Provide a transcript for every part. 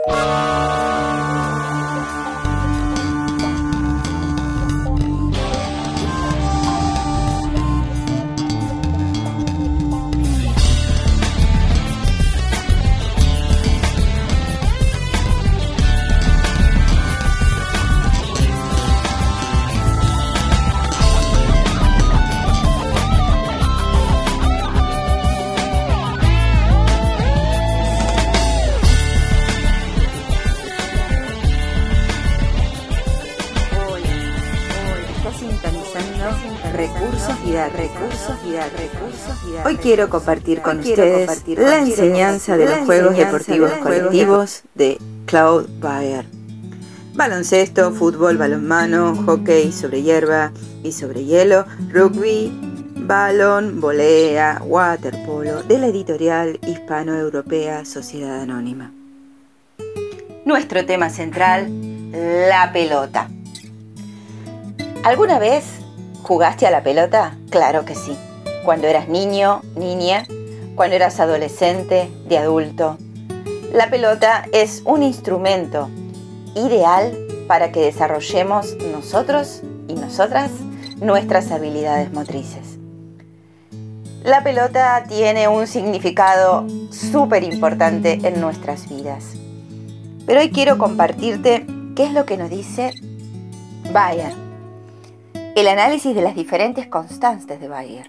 Hoy quiero compartir con ustedes la enseñanza de los juegos deportivos colectivos de Claude Baer. Baloncesto, fútbol, balonmano, hockey sobre hierba y sobre hielo, rugby, balón, volea, waterpolo, de la editorial hispano-europea Sociedad Anónima. Nuestro tema central, la pelota. ¿Alguna vez jugaste a la pelota? Claro que sí. Cuando eras niño, niña, cuando eras adolescente, de adulto. La pelota es un instrumento ideal para que desarrollemos nosotros y nosotras nuestras habilidades motrices. La pelota tiene un significado súper importante en nuestras vidas. Pero hoy quiero compartirte qué es lo que nos dice Baer. El análisis de las diferentes constantes de Baer.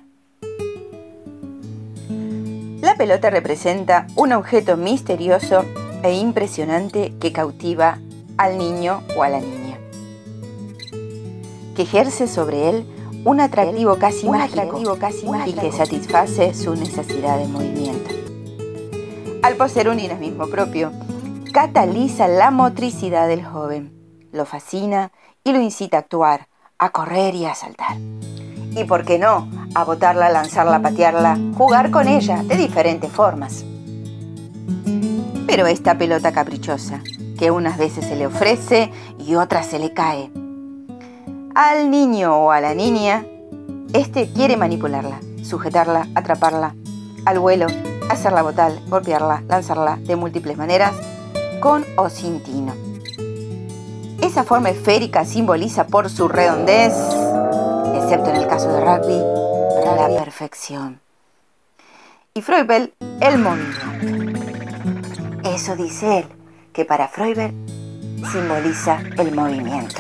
La pelota representa un objeto misterioso e impresionante que cautiva al niño o a la niña, que ejerce sobre él un atractivo casi mágico y que satisface su necesidad de movimiento. Al poseer un dinamismo propio, cataliza la motricidad del joven, lo fascina y lo incita a actuar, a correr y a saltar. Y por qué no, a botarla, lanzarla, patearla, jugar con ella de diferentes formas. Pero esta pelota caprichosa, que unas veces se le ofrece y otras se le cae. Al niño o a la niña, quiere manipularla, sujetarla, atraparla, al vuelo, hacerla botar, golpearla, lanzarla de múltiples maneras, con o sin tino. Esa forma esférica simboliza por su redondez, excepto en el caso de rugby, la perfección. Y Froebel, el movimiento. Eso dice él, que para Froebel simboliza el movimiento.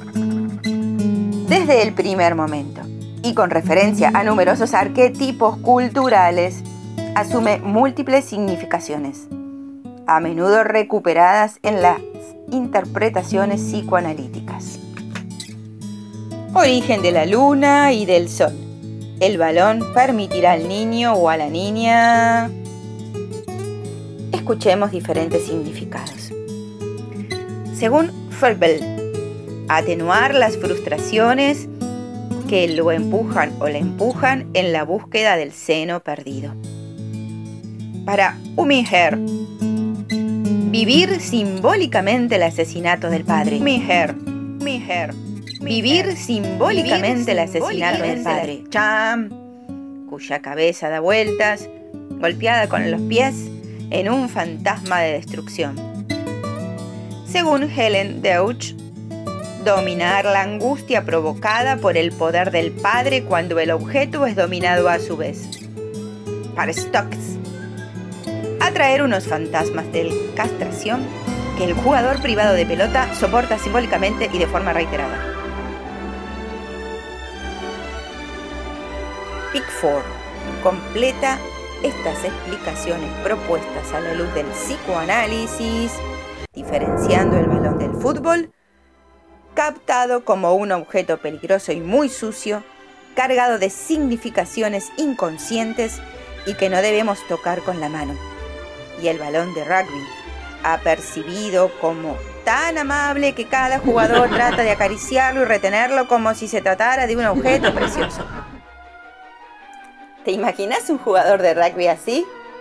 Desde el primer momento, y con referencia a numerosos arquetipos culturales, asume múltiples significaciones, a menudo recuperadas en las interpretaciones psicoanalíticas. Origen de la luna y del sol. El balón permitirá al niño o a la niña. Escuchemos diferentes significados. Según Froebel, atenuar las frustraciones que lo empujan o la empujan en la búsqueda del seno perdido. Para Umiher, vivir simbólicamente el asesinato del padre. Vivir simbólicamente el asesinato del padre. Cham, cuya cabeza da vueltas, golpeada con los pies en un fantasma de destrucción. Según Helen Deutsch, dominar la angustia provocada por el poder del padre cuando el objeto es dominado a su vez. Para Stokes, atraer unos fantasmas de castración que el jugador privado de pelota soporta simbólicamente y de forma reiterada. Pickford completa estas explicaciones propuestas a la luz del psicoanálisis, diferenciando el balón del fútbol, captado como un objeto peligroso y muy sucio, cargado de significaciones inconscientes y que no debemos tocar con la mano, y el balón de rugby, apercibido como tan amable que cada jugador trata de acariciarlo y retenerlo como si se tratara de un objeto precioso. ¿Te imaginas un jugador de rugby así?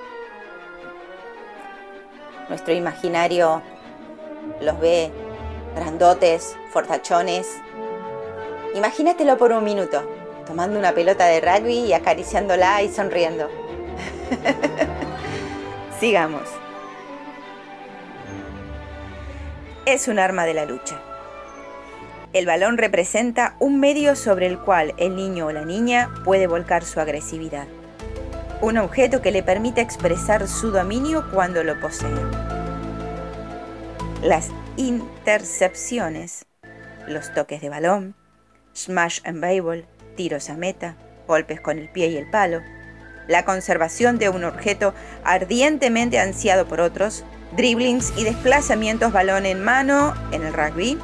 Nuestro imaginario los ve grandotes, fortachones. Imagínatelo por un minuto, tomando una pelota de rugby y acariciándola y sonriendo. Sigamos. es un arma de la lucha. El balón representa un medio sobre el cual el niño o la niña puede volcar su agresividad. Un objeto que le permite expresar su dominio cuando lo posee. Las intercepciones, los toques de balón, smash and baseball, tiros a meta, golpes con el pie y el palo, la conservación de un objeto ardientemente ansiado por otros, dribblings y desplazamientos balón en mano en el rugby,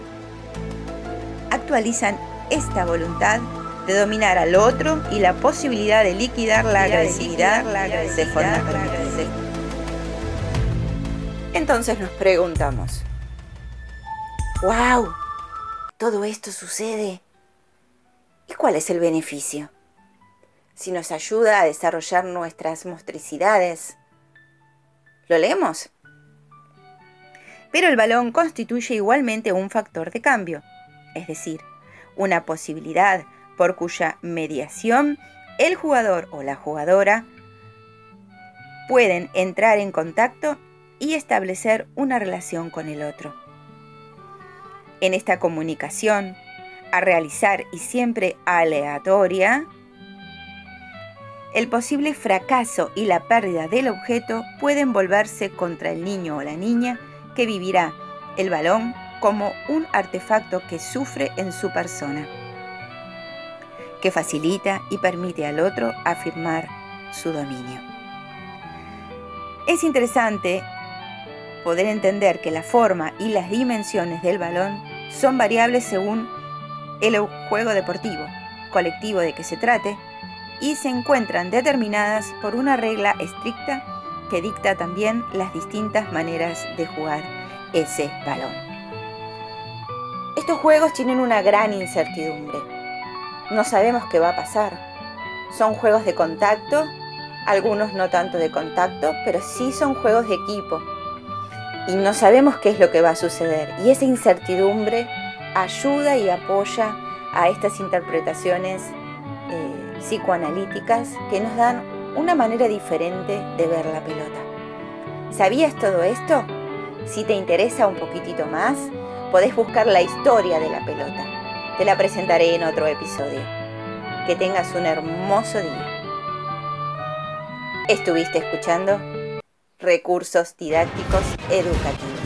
actualizan esta voluntad de dominar al otro y la posibilidad de liquidar la agresividad de forma permitida. Entonces nos preguntamos, ¡wow! ¿Todo esto sucede? ¿Y cuál es el beneficio? Si nos ayuda a desarrollar nuestras motricidades, ¿lo leemos? Pero el balón constituye igualmente un factor de cambio, es decir, una posibilidad por cuya mediación el jugador o la jugadora pueden entrar en contacto y establecer una relación con el otro. En esta comunicación, a realizar y siempre aleatoria, el posible fracaso y la pérdida del objeto pueden volverse contra el niño o la niña que vivirá el balón como un artefacto que sufre en su persona, que facilita y permite al otro afirmar su dominio. Es interesante poder entender que la forma y las dimensiones del balón son variables según el juego deportivo, colectivo de que se trate, y se encuentran determinadas por una regla estricta que dicta también las distintas maneras de jugar ese balón. Estos juegos tienen una gran incertidumbre. No sabemos qué va a pasar. Son juegos de contacto, algunos no tanto de contacto, pero sí son juegos de equipo. Y no sabemos qué es lo que va a suceder. Y esa incertidumbre ayuda y apoya a estas interpretaciones psicoanalíticas que nos dan una manera diferente de ver la pelota. ¿Sabías todo esto? Si te interesa un poquitito más, podés buscar la historia de la pelota. Te la presentaré en otro episodio. Que tengas un hermoso día. Estuviste escuchando Recursos Didácticos Educativos.